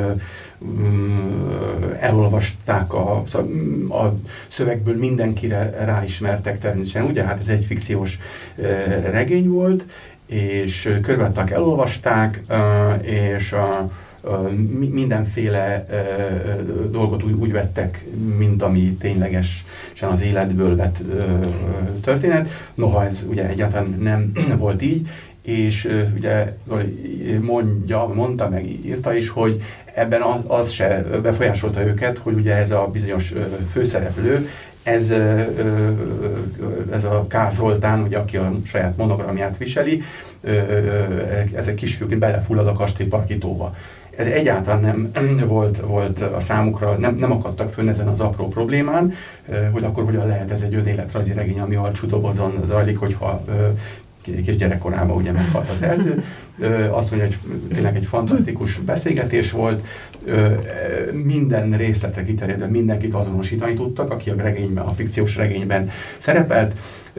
elolvasták a szövegből mindenkire ráismertek természetesen, ugye, hát ez egy fikciós regény volt, és körbeadták, elolvasták, és mindenféle dolgot úgy vettek, mint ami ténylegesen az életből vett történet. Noha ez ugye egyáltalán nem volt így, és ugye mondta, meg írta is, hogy ebben az se befolyásolta őket, hogy ugye ez a bizonyos főszereplő, ez a K. Zoltán, ugye, aki a saját monogramját viseli, ez egy kisfiúként belefullad a kastélyparkítóba. Ez egyáltalán nem volt a számukra, nem akadtak fönn ezen az apró problémán, hogy akkor hogyan lehet ez egy önéletrajzi regény, ami alcsúdobozon zajlik, hogyha kis gyerekkorában ugye meghalt a szerző. Azt mondja, hogy tényleg egy fantasztikus beszélgetés volt, minden részletre kiterjedve mindenkit azonosítani tudtak, aki a regényben, a fikciós regényben szerepelt,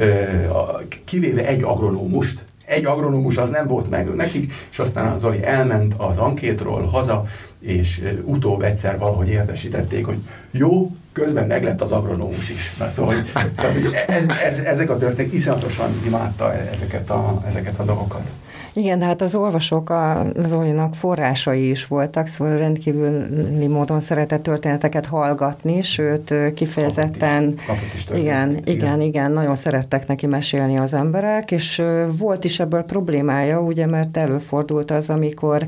kivéve egy agronómust. Egy agronómus az nem volt meg nekik, és aztán Zoli elment az ankétról haza, és utóbb egyszer valahogy értesítették, hogy jó, közben meglett az agronómus is. Na, szóval, ezek a történetek iszonyatosan imádta ezeket a dolgokat. Igen, de hát az olvasók az Zolinak forrásai is voltak, szóval rendkívüli módon szeretett történeteket hallgatni, sőt kifejezetten igen, nagyon szerettek neki mesélni az emberek, és volt is ebből problémája, ugye, mert előfordult az, amikor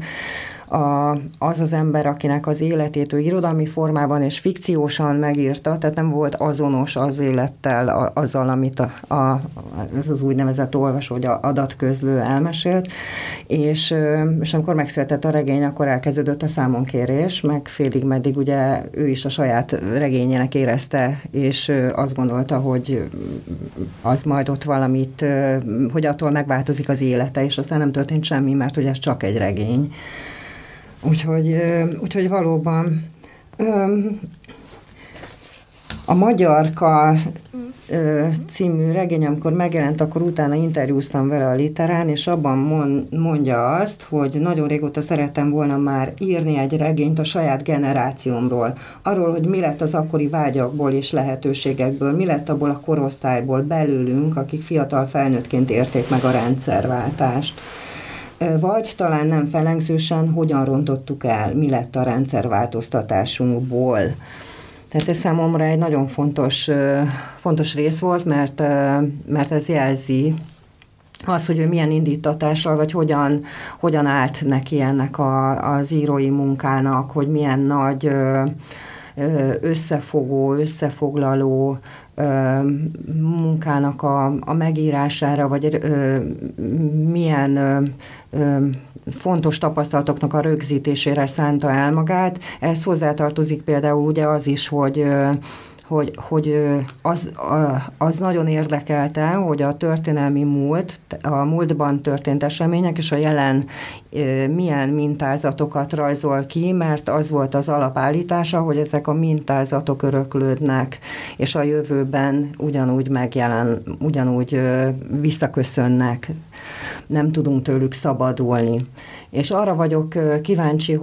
az ember, akinek az életét ő irodalmi formában és fikciósan megírta, tehát nem volt azonos az élettel, azzal, amit ez az úgynevezett olvasó, vagy adatközlő elmesélt, és amikor megszületett a regény, akkor elkezdődött a számonkérés, meg félig meddig ugye ő is a saját regényének érezte, és azt gondolta, hogy az majd ott valamit, hogy attól megváltozik az élete, és aztán nem történt semmi, mert ugye ez csak egy regény. Úgyhogy valóban a Magyarka című regény, amikor megjelent, akkor utána interjúztam vele a Literán, és abban mondja azt, hogy nagyon régóta szerettem volna már írni egy regényt a saját generációmról. Arról, hogy mi lett az akkori vágyakból és lehetőségekből, mi lett abból a korosztályból belőlünk, akik fiatal felnőttként érték meg a rendszerváltást. Vagy talán nem felengzősen, hogyan rontottuk el, mi lett a rendszerváltoztatásunkból. Tehát ez számomra egy nagyon fontos rész volt, mert ez jelzi az, hogy ő milyen indítatással, vagy hogyan állt neki ennek az írói munkának, hogy milyen nagy összefogó, összefoglaló munkának a megírására, vagy milyen fontos tapasztalatoknak a rögzítésére szánta el magát. Ehhez hozzátartozik például ugye az is, hogy az nagyon érdekelte, hogy a történelmi a múltban történt események és a jelen milyen mintázatokat rajzol ki, mert az volt az alapállítása, hogy ezek a mintázatok öröklődnek, és a jövőben ugyanúgy visszaköszönnek. Nem tudunk tőlük szabadulni. És arra vagyok kíváncsi,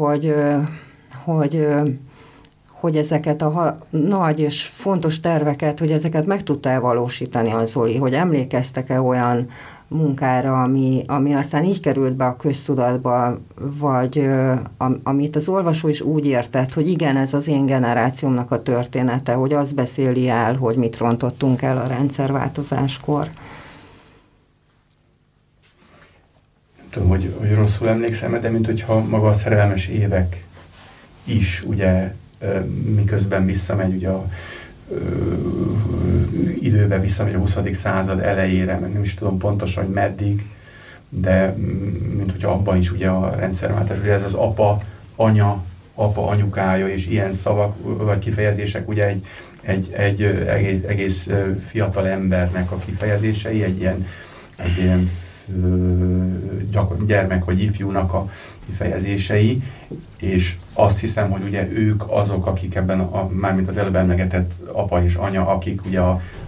hogy ezeket a nagy és fontos terveket, hogy ezeket meg tudta-e valósítani a Zoli, hogy emlékeztek-e olyan munkára, ami aztán így került be a köztudatba, vagy amit az olvasó is úgy értett, hogy igen, ez az én generációmnak a története, hogy az beszéli el, hogy mit rontottunk el a rendszerváltozáskor. Tudom, hogy rosszul emlékszem, de mint hogyha maga a szerelmes évek is, ugye, miközben visszamegy, ugye időben visszamegy a 20. század elejére, meg nem is tudom pontosan, hogy meddig, de mint hogyha abban is ugye a rendszerváltás, ugye ez az apa, anya, apa, anyukája, és ilyen szavak vagy kifejezések, ugye egy egész fiatal embernek a kifejezései, egy ilyen gyermek vagy ifjúnak a kifejezései, és azt hiszem, hogy ugye ők azok, akik ebben, mármint az előbb emlegetett apa és anya, akik ugye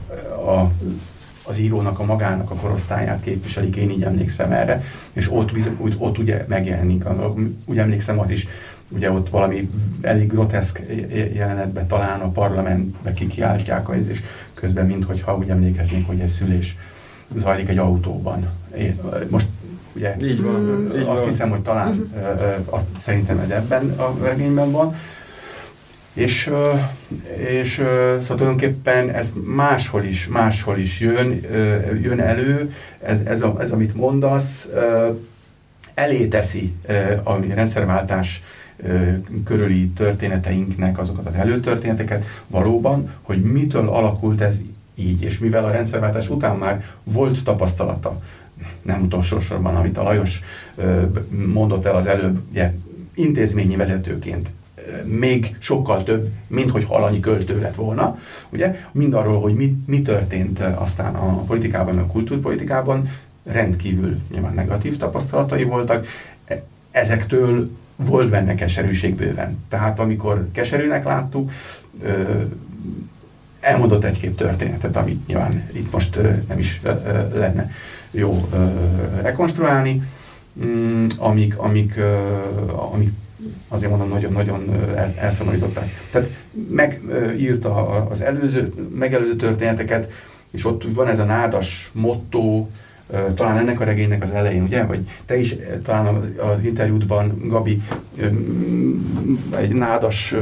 az írónak, a magának a korosztályát képviselik, én így emlékszem erre, és ott ugye megjelenik. Úgy emlékszem az is, ugye ott valami elég groteszk jelenetben talán a parlamentbe kikiáltják, és közben minthogyha úgy emlékeznék, hogy egy szülés zajlik egy autóban. Most ugye így van, azt hiszem, hogy talán szerintem ez ebben a regényben van. És szóval tulajdonképpen ez máshol is jön elő, ez amit mondasz, elé teszi a rendszerváltás körüli történeteinknek azokat az előtörténeteket valóban, hogy mitől alakult ez így, és mivel a rendszerváltás után már volt tapasztalata, nem utolsó sorban, amit a Lajos mondott el az előbb, ugye, intézményi vezetőként még sokkal több, mint hogy Halanyi költő lett volna, ugye, mindarról, hogy mi történt aztán a politikában, a kultúrpolitikában, rendkívül nyilván negatív tapasztalatai voltak, ezektől volt benne keserűség bőven. Tehát amikor keserűnek láttuk, elmondott egy-két történetet, amit nyilván itt most nem is lenne jó rekonstruálni, amik azért mondom, nagyon-nagyon elszomorították. Tehát megírta az megelőző történeteket, és ott van ez a nádas motto, talán ennek a regénynek az elején, ugye? Vagy te is talán az interjútban, Gabi, egy nádas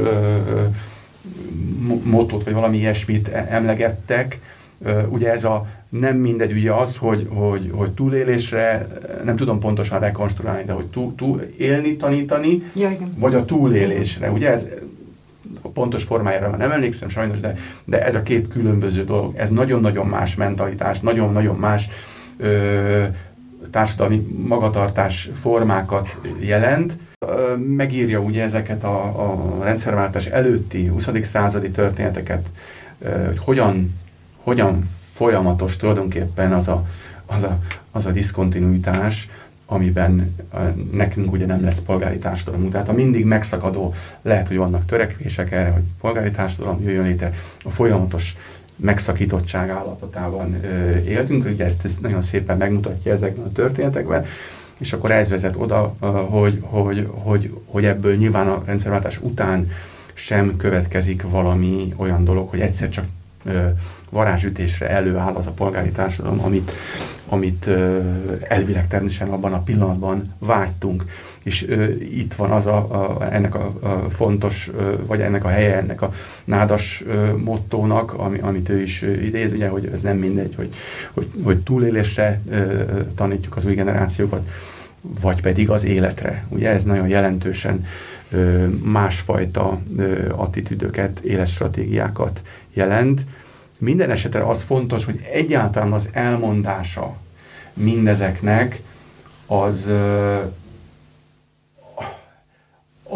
mottót, vagy valami ilyesmit emlegettek. Ugye ez a nem mindegy, ugye az, hogy túlélésre, nem tudom pontosan rekonstruálni, de hogy élni, tanítani, ja, igen, vagy a túlélésre. Ugye ez a pontos formájára nem emlékszem sajnos, de ez a két különböző dolog. Ez nagyon-nagyon más mentalitás, nagyon-nagyon más társadalmi magatartás formákat jelent. Megírja ugye ezeket a rendszerváltás előtti 20. századi történeteket, hogy hogyan folyamatos tulajdonképpen az a diszkontinuitás, amiben nekünk ugye nem lesz polgári társadalom. Tehát a mindig megszakadó, lehet, hogy vannak törekvések erre, hogy polgári társadalom jöjjön létre, a folyamatos megszakítottság állapotában éltünk, ugye ezt nagyon szépen megmutatja ezekben a történetekben, és akkor ez vezet oda, hogy ebből nyilván a rendszerváltás után sem következik valami olyan dolog, hogy egyszer csak varázsütésre előáll az a polgári társadalom, amit elvileg természetesen abban a pillanatban vágytunk. És itt van ennek a fontos, vagy ennek a helye, ennek a nádas mottónak, amit ő is idéz, ugye, hogy ez nem mindegy, hogy túlélésre tanítjuk az új generációkat, vagy pedig az életre. Ugye ez nagyon jelentősen másfajta attitűdöket, életstratégiákat jelent. Minden esetre az fontos, hogy egyáltalán az elmondása mindezeknek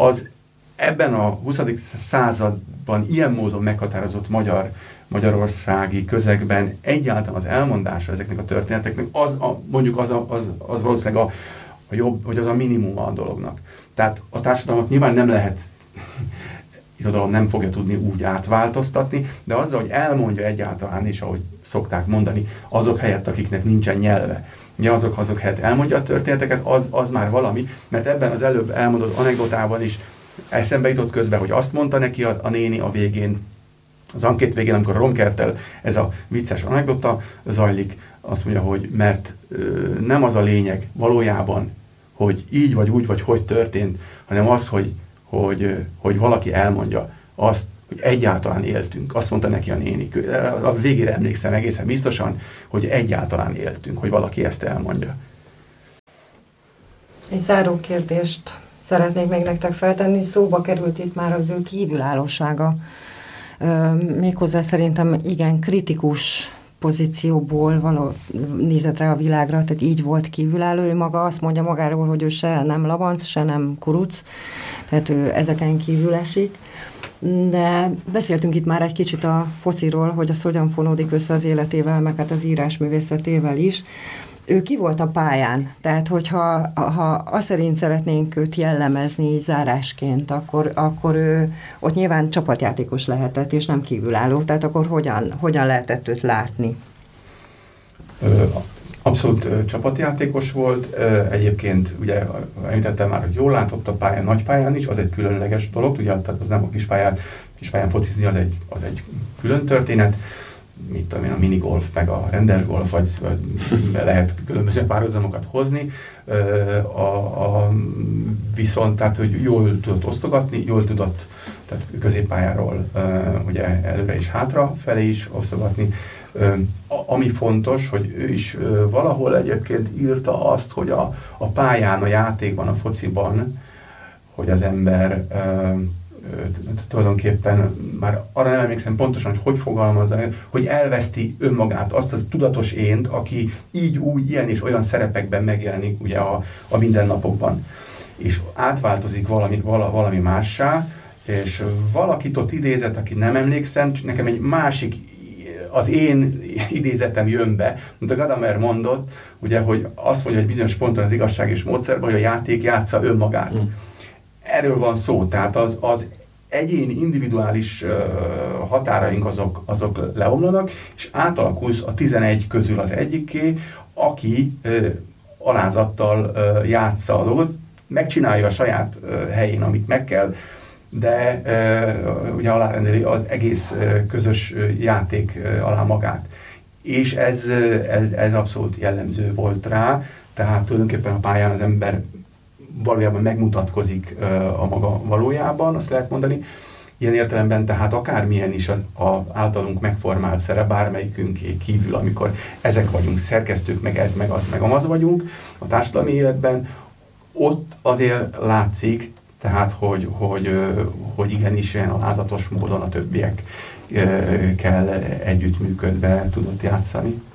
az ebben a 20. században ilyen módon meghatározott magyarországi közegben egyáltalán az elmondása ezeknek a történeteknek, az valószínűleg a jobb, vagy az a minimum a dolognak. Tehát a társadalmat nyilván nem lehet, irodalom nem fogja tudni úgy átváltoztatni, de azzal, hogy elmondja egyáltalán, és ahogy szokták mondani, azok helyett, akiknek nincsen nyelve, ugye azok helyett elmondja a történeteket, az már valami, mert ebben az előbb elmondott anekdotában is eszembe jutott közben, hogy azt mondta neki a néni a végén, az ankét végén, amikor a romkerttel ez a vicces anekdota zajlik, azt mondja, hogy mert nem az a lényeg valójában, hogy így vagy úgy, vagy hogy történt, hanem az, hogy valaki elmondja azt, hogy egyáltalán éltünk. Azt mondta neki a néni. A végére emlékszem egészen biztosan, hogy egyáltalán éltünk, hogy valaki ezt elmondja. Egy záró kérdést szeretnék még nektek feltenni. Szóba került itt már az ő kívülállósága. Méghozzá szerintem igen kritikus pozícióból nézett rá a világra, tehát így volt kívülálló. Ő maga azt mondja magáról, hogy ő se nem labanc, se nem kuruc, tehát ő ezeken kívül esik. De beszéltünk itt már egy kicsit a fociról, hogy az hogyan fonódik össze az életével, meg hát az írásművészetével is. Ő ki volt a pályán? Tehát, hogyha azt szerint szeretnénk őt jellemezni így zárásként, akkor ő ott nyilván csapatjátékos lehetett, és nem kívülálló. Tehát akkor hogyan lehetett őt látni? Abszolút csapatjátékos volt. Egyébként ugye említettem már, hogy jól látott a pályán, nagy pályán is, az egy különleges dolog, ugye, tehát az nem a kispályán focizni, az egy külön történet. Mit tudom én, a minigolf, meg a rendes golf, vagy lehet különböző párhuzamokat hozni. Viszont, tehát, hogy jól tudott osztogatni, jól tudott, tehát középpályáról ugye előre és hátra felé is osztogatni. Ami fontos, hogy ő is valahol egyébként írta azt, hogy a pályán, a játékban, a fociban, hogy az ember tulajdonképpen már arra nem emlékszem pontosan, hogy fogalmazza, hogy elveszti önmagát, azt az tudatos ént, aki így, úgy, ilyen és olyan szerepekben megjelenik ugye a mindennapokban. És átváltozik valami mássá, és valakit ott idézett, aki nem emlékszem, nekem egy másik, az én idézetem jön be, mint a Gadamer mondott, ugye, hogy azt mondja, hogy bizonyos ponton az igazság és módszerben, hogy a játék játsza önmagát. Erről van szó, tehát az egyéni, individuális határaink azok leomlanak, és átalakulsz a 11 közül az egyikké, aki alázattal játsza a dolgot, megcsinálja a saját helyén, amit meg kell, de ugye alárendeli az egész közös játék alá magát. És ez abszolút jellemző volt rá, tehát tulajdonképpen a pályán az ember valójában megmutatkozik a maga valójában, azt lehet mondani. Ilyen értelemben tehát akármilyen is az általunk megformált szere, bármelyikünké kívül, amikor ezek vagyunk, szerkesztők, meg ez, meg az, meg amaz vagyunk a társadalmi életben, ott azért látszik, tehát, hogy igenis ilyen alázatos módon a többiekkel együttműködve tudott játszani.